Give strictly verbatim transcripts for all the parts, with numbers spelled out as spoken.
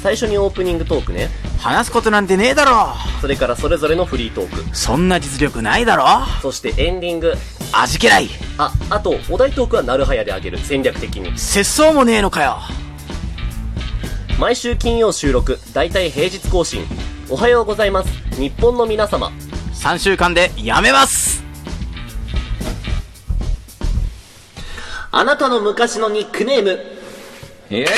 最初にオープニングトークね。 話すことなんてねえだろ。 それからそれぞれのフリートーク。 そんな実力ないだろ。 そしてエンディング。 味気ない。 あ、あとお題トークはなるはやであげる、戦略的に。 節操もねえのかよ。 毎週金曜収録、だいたい平日更新。おはようございます日本の皆様。 さんしゅうかんでやめます。 あなたの昔のニックネーム。 えい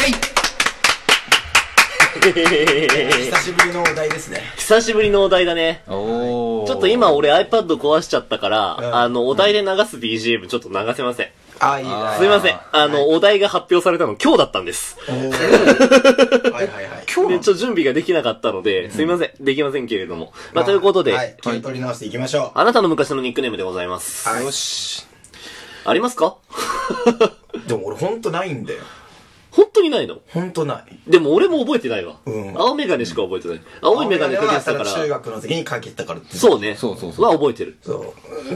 久しぶりのお題ですね。 久しぶりのお題だね。 おーちょっと今俺 iPad 壊しちゃったから、 うん、 あのお題で流す ビージーエム ちょっと流せません。 あ、いいな。 すいません。あの、はい、お題が発表されたの今日だったんです。 はいはいはい。 今日でちょっと準備ができなかったので、すいません。できませんけれども。まあ、ということで、 はい、気を取り直していきましょう。 あなたの昔のニックネームでございます。 はい、 よし。 ありますか？ でも俺ほんとないんだよ。 本当にないの？ ほんとない。 でも俺も覚えてないわ。 うん。 青メガネしか覚えてない。青いメガネかけてたから。 中学の時にかけてたからって。 そうね。 そうそうそう。 は覚えてる。 そう。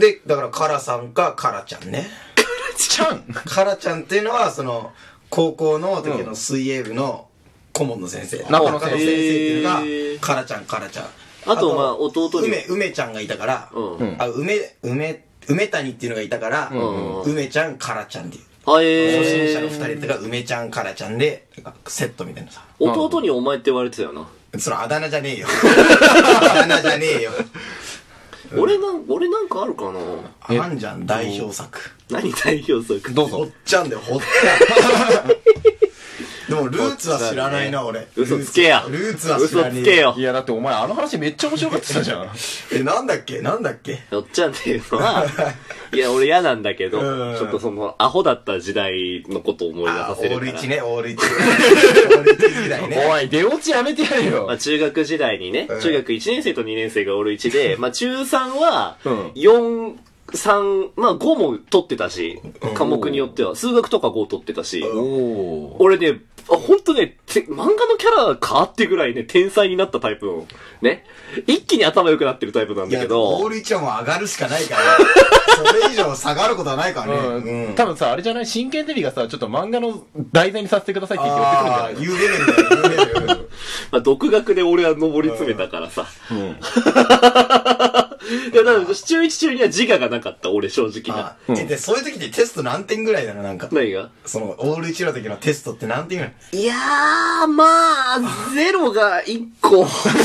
で、だからカラさんかカラちゃんね。 ちゃんカラちゃんっていうのは、その、高校の時の水泳部の顧問の先生。 中野先生っていうのが、カラちゃん、カラちゃん。 あと、まあ、弟に。 梅、梅ちゃんがいたから、 うん。 あ、梅、梅、梅谷っていうのがいたから、うん、梅ちゃん、カラちゃんっていう。 あ、えー、 初心者の二人とか、梅ちゃん、カラちゃんで、セットみたいなさ。 弟にお前って言われてたよな。 そのあだ名じゃねえよ。あだ名じゃねえよ。 俺なん、俺なんかあるかな。 あんじゃん、代表作。 何代表作？ どうぞ。 ほっちゃんだよ、ほっちゃん。でも、ルーツは知らないな、俺。 嘘つけや。 ルーツは知らねえ。 嘘つけよ。 いや、だってお前あの話めっちゃ面白かったじゃん。 え、なんだっけなんだっけよっちゃんっていうのは、いや、俺嫌なんだけど、ちょっとその、アホだった時代のことを思い出させるから。 オールイチね、オールイチ。オールイチ時代ね。 おい、出落ちやめてやれよ。 まあ、中学時代にね、中学いちねん生とにねん生がオールイチで、まあ、中さんは、よん、さん、まあごも取ってたし、科目によっては、数学とかご取ってたし、俺ね、あ、ほんとね、漫画のキャラ変わってぐらいね、天才になったタイプの、ね。一気に頭良くなってるタイプなんだけど。 オールイチはもう上がるしかないから、それ以上下がることはないからね。 うんうん、多分さ、あれじゃない真剣テレビがさ、ちょっと漫画の題材にさせてくださいって言って寄ってくるんじゃない？ 言うレベルだよ、言うレベル。 まあ、独学で俺は上り詰めたからさ。うん。うんいや、だから、中いち中には自我がなかった、俺、正直な。 うん、え、で、そういう時ってテスト何点ぐらいなのなんか。 何がその、オールいちの時のテストって何点ぐらい？ いやー、まあ、ゼロがいっこ。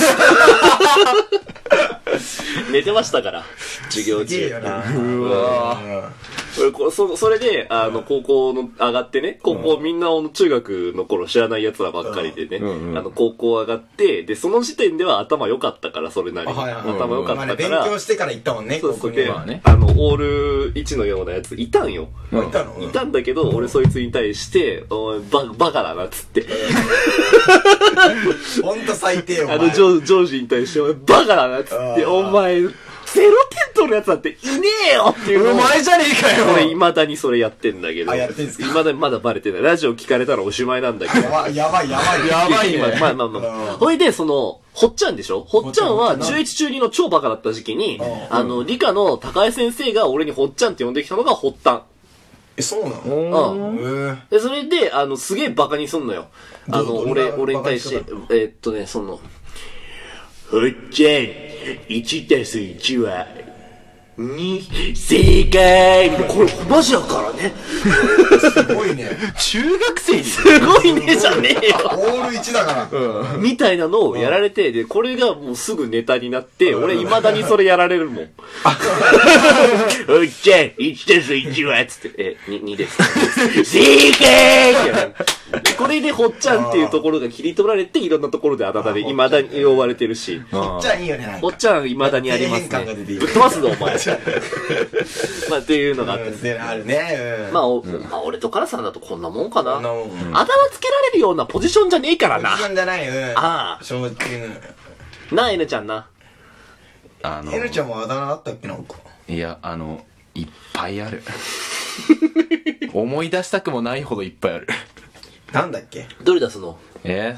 寝てましたから、授業中。 うわー。俺そそれで、あの、高校の上がってね、高校みんな中学の頃知らない奴らばっかりでね、うんうん、あの、高校上がって、で、その時点では頭良かったから、それなりに。はいはい、頭良かったから、まあね。 勉強してから行ったもんね、 そうそう。 で、 まあね、あの、オールいちのようなやついたんよ。 うん、いたの、うん、 いたんだけど、俺そいつに対して、お前、バ、バカだな、つって。 ほんと最低よ、 あの、ジョージに対して、お前、バカだな、つって、お前、ゼロてん取るやつだっていねえよっていうの。 お前じゃねえかよ。 俺未だにそれやってんだけど。 あ、やってんすか？ 未だにまだバレてない。ラジオ聞かれたらおしまいなんだけど。 やばい、やばい、やばい。 やばいね。 まあまあまあ。ほいで、その、ほっちゃんでしょ？ほっちゃんは中いち中にの超バカだった時期に、あの、理科の高江先生が俺にほっちゃんって呼んできたのが発端。 え、そうなの？ うん。で、それで、あの、すげえバカにすんのよ。あの、俺、俺に対して、えー、っとね、その、ほっちゃん、いちたすいちは、に、正解これ、マジだからね。 すごいね。 中学生にすごいねじゃねえよ。 オールいちだから。 うん。みたいなのをやられて、で、これがもうすぐネタになって、俺未だにそれやられるもん。おっちゃん、いちたすいちは、つって、え、に、にです。正解これでほっちゃんっていうところが切り取られて、いろんなところであだ名で未だに呼ばれてるし。 ほっちゃんいいよね、なんか。 ほっちゃん未だにありますね。ぶっ飛ばすぞ、お前。まあ、っていうのがあって。 あるね。 まあ、まあ、俺とカラさんだとこんなもんかな。あだ名つけられるようなポジションじゃねえからな。 ポジションじゃないよ。 ああ。 正直。 なあ、N ちゃんな。 あの。 N ちゃんもあだ名あったっけなんか。 いや、あの、いっぱいある。思い出したくもないほどいっぱいある。 なんだっけ？ どれ出すの？ え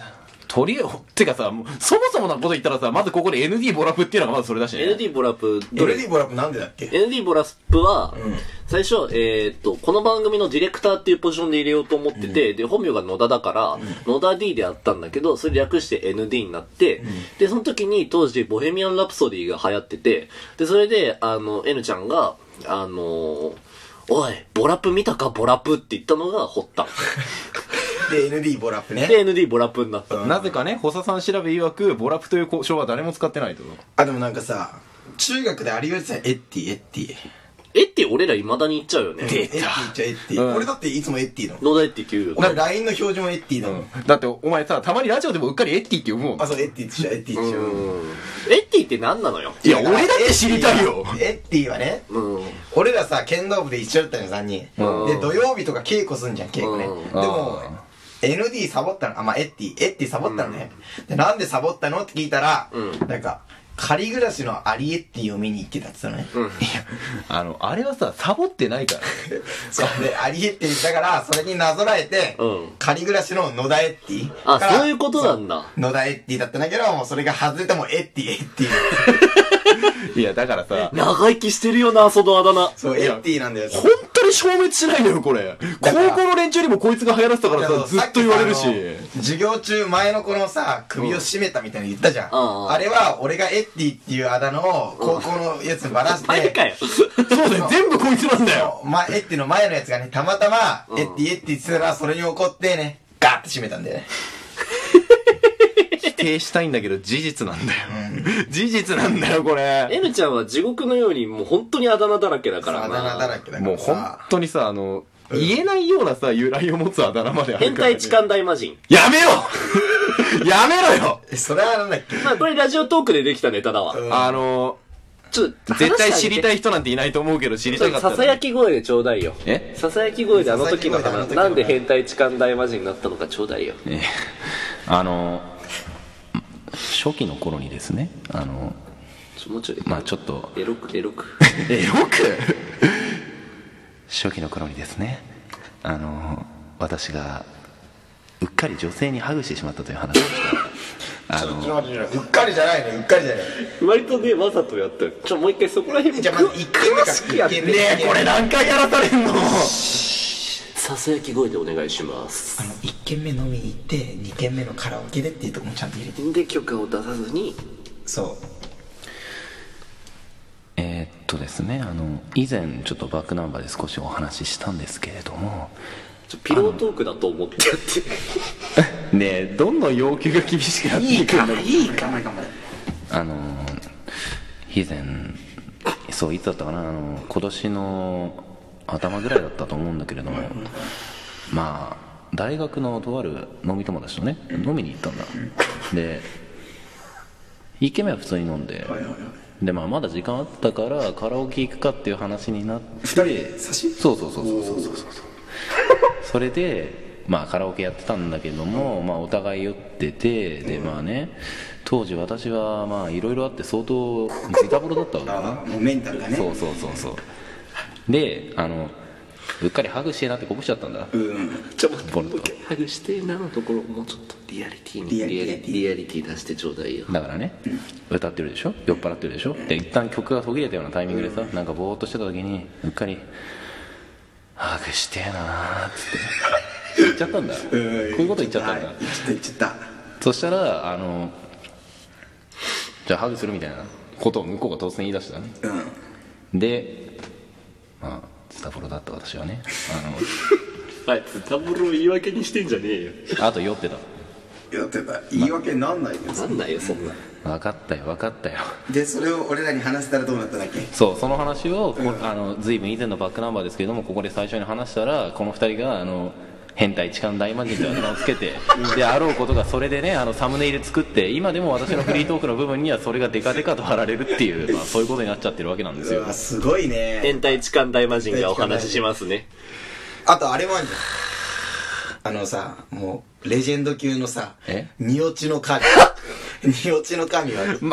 とりあえず、てかさ、もうそもそもなこと言ったらさ、まずここで エヌディー ボラップっていうのがまずそれだしね。 エヌディー ボラップ、どれエヌディー ボラップなんでだっけ？ エヌディー ボラップは、最初、えーっと、この番組のディレクターっていうポジションで入れようと思ってて、で、本名が野田だから、野田 D であったんだけど、それ略して エヌディー になって、で、その時に当時、ボヘミアン・ラプソディが流行ってて、で、それで、あの、N ちゃんが、あのー、おい、ボラップ見たかボラップって言ったのが発端。 で、エヌディー ボラップね。 で、エヌディー ボラップになった。 なぜかね、補佐さん調べ曰く、ボラップという称は誰も使ってないと。 あ、でもなんかさ、中学でありがちなエッティ、エッティ。 エッティ俺ら未だに言っちゃうよね。 エッティ言っちゃエッティ。俺だっていつもエッティだもん。 野田エッティって言うよ。 俺 ライン の表示もエッティだもん。 だってお前さ、たまにラジオでもうっかりエッティって呼ぶもん。 あ、そう、エッティって言っちゃエッティって言っちゃう。 エッティって何なのよ。 いや、俺だって知りたいよ。 エッティはね、 うん。 俺らさ、剣道部で一緒だったのよ、さんにん。で、 うん土曜日とか稽古すんじゃん、稽古ね。 うんでも、エヌディー サボったの、あ、まあ、エッティ、エッティサボったのね。で、なんでサボったのって聞いたら、 うんなんか、仮暮らしのアリエッティを見に行ってたって言ったのね。 うん。 いや、あの、あれはさ、サボってないから。 そう。で、アリエッティだから、それになぞらえて、 うん仮暮らしの野田エッティ。 あからそういうことなんだそう野田エッティだったんだけど、もうそれが外れてもエッティ、エッティ。 いや、だからさ、 長生きしてるよな、そのあだ名。 そう、エッティなんだよ。 本当に消滅しないのよ、これ。高から校の連中にもこいつが流行らせたからさ、ずっと言われるし。 さっきさあの授業中、前の子のさ、首を絞めたみたいに言ったじゃん。 うんあれは、俺がエッティっていうあだ名を、高校のやつにばらして、 あれかよ。 そうだよ、全部こいつなんだよ。 ま、エッティの前のやつがね、たまたま、エッティエッティって言ってたら、それに怒ってね、ガーって締めたんだよね。 否定したいんだけど、事実なんだよ。事実なんだよ、これ。 N ちゃんは地獄のようにもう本当にあだ名だらけだからあだ名だらけだからさ。 もう本当にさ、あの、言えないようなさ、由来を持つあだ名まであるから、ね。 変態痴漢大魔人。 やめろやめろよえ、それはなんだっけ？ まあこれラジオトークでできたネタだわ。 うんあの、 ちょっと、 絶対知りたい。 い人なんていないと思うけど、知りたかったら。 ささやき声でちょうだいよ。 えささやき声であの時の話、 ささやき声であの時のなんで変態痴漢大魔人になったのかちょうだいよ。 えあの、初期の頃にですね、あの、 ちょもうちょい。 まあちょっと、 エロく、エロく。 え、よく初期の頃にですね、あの、私が、うっかり女性にハグしてしまったという話をした。あの、 うっかりじゃないの、うっかりじゃない。 割とね、わざとやったよ。ちょ、もう一回そこら辺じゃあまず一軒目から詳しくやって一軒目ねえ、これ何回やらされんのささやき声でお願いしますあ。の、一軒目飲みに行って、二軒目のカラオケでっていうとこもちゃんと入れて。 で、許可を出さずに、 そう。 えーっとですね、あの、以前ちょっとバックナンバーで少しお話ししたんですけれども、 ちょピロートークだと思ってやって。 ねえ、どんどん要求が厳しくなっていくんだけどいいかな、かも。 あの以前そういつだったかな、あの今年の頭ぐらいだったと思うんだけれども、まあ大学のとある飲み友達とね飲みに行ったんだ。でいっけんめは普通に飲んで、で、まあ、まだ時間あったからカラオケ行くかっていう話になって、 二人で差しそうそうそうそうそうそうそうそれでまあカラオケやってたんだけども、まあお互い酔ってて、でまあね、当時私はまあいろいろあって相当ズタボロだったわけだな。 もうメンタルがね。 そうそうそうそうで、あのうっかりハグしてえなってこぼしちゃったんだ。 うん。 ちょ、もボルトハグしてなのところ、もうちょっとリアリティに、 リアリティリアリリアリティ出してちょうだいよ。 だからね、歌ってるでしょ、酔っ払ってるでしょ、で一旦曲が途切れたようなタイミングでさ、なんかぼーっとしてた時にうっかりハグしてえなーっつって言っちゃったんだ。こういうこと言っちゃったんだ。 言っちゃった、言っちゃった。 そしたらあのじゃあハグするみたいなことを向こうが突然言い出したね。 うん。 でまあズタボロだった私はね、 あいつダブルを言い訳にしてんじゃねえよ。 あのあと酔ってた。 やってた。言い訳になんないけどさなんないよ、そんな。 分かったよ分かったよ。 で、それを俺らに話したらどうなったんだっけ？ そうその話をこ、あの随分以前のバックナンバーですけれども、ここで最初に話したらこのふたりがあの変態痴漢大魔人というあだ名をつけてであろうことがそれでね、あのサムネイル作って、今でも私のフリートークの部分にはそれがデカデカと貼られるっていう、まあ、そういうことになっちゃってるわけなんですよ。 うわ、すごいね。 変態痴漢大魔人がお話ししますね。 あとあれもあるじゃん。あのさ、もう、レジェンド級のさえ、 ニオチの神。ニオチの神は、 全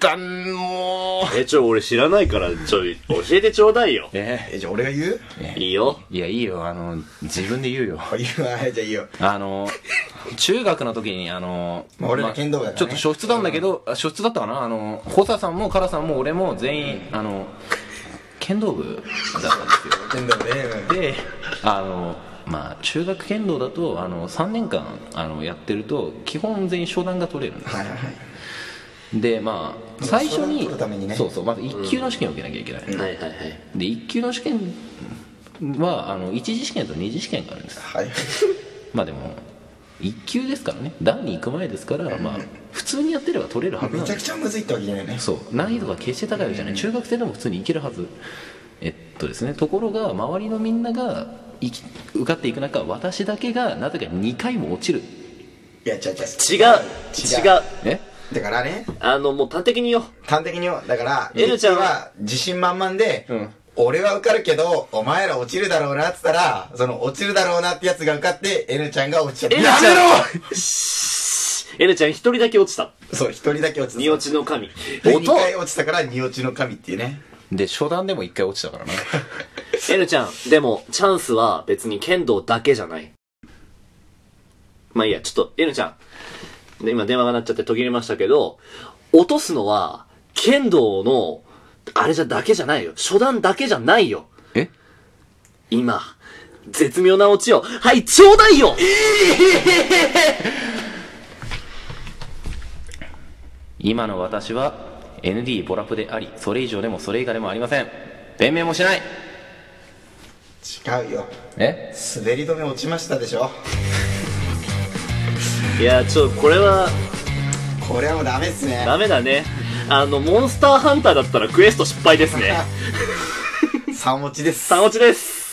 かん、もう。 え、ちょ、俺知らないから、ちょ、教えてちょうだいよ。 ええ、じゃあ俺が言う？ いいよ。 いや、いいよ、あの、自分で言うよ。 言うわ、じゃあいいよ。 あの、中学の時に、あの、 まあ俺ら剣道部だからねちょっと初出なんだけど、初出だったかな、あの、ホサさんもカラさんも俺も全員、あの、剣道部だったんですよ。 剣道部ね。 で、あの、まあ、中学剣道だと、あの、さんねんかん、あの、やってると、基本全員初段が取れるんですよ。 はいはいはい。 で、まあ、最初に、 初段取るためにねそうそう、まずいっ級の試験を受けなきゃいけない。 はいはいはい。 で、いっ級の試験は、あの、いち次試験とに次試験があるんです。 はい。 まあでも、いっ級ですからね、段に行く前ですから、まあ、普通にやってれば取れるはずなめちゃんです。 くちゃむずいってわけじゃないね。 そう、難易度が決して高いわけじゃない。中学生でも普通にいけるはず。えっとですね、ところが、周りのみんながいき受かっていく中、私だけがなぜかにかいも落ちる。 いや、違う違う。 違う。違う。 えだからね、 あの、もう端的に言おう。 端的によ、だから、 エルちゃんはは自信満々で、 うん俺は受かるけど、お前ら落ちるだろうなって言ったら、その落ちるだろうなってやつが受かって、エルちゃんが落ちちゃった。 エルちゃんやめろエルちゃん一人だけ落ちた。 そう、一人だけ落ちた。 二落ちの神。 で、 音二回落ちたから二落ちの神っていうね。 で、初段でもいっかい落ちたからな。 エルちゃん、でも、チャンスは別に剣道だけじゃない。まあいいや、ちょっと、エルちゃん。で今電話が鳴っちゃって途切れましたけど、落とすのは、剣道の、あれじゃだけじゃないよ。初段だけじゃないよ。 え今、絶妙なオチを、はい、ちょうだいよ今の私は エヌディー ボラプであり、それ以上でもそれ以下でもありません。弁明もしない。 違うよ。 え滑り止め落ちましたでしょ。 いや、ちょ、これは、 これはもうダメっすね。 ダメだね。あの、モンスターハンターだったらクエスト失敗ですね。 三落ちです。 三落ちです。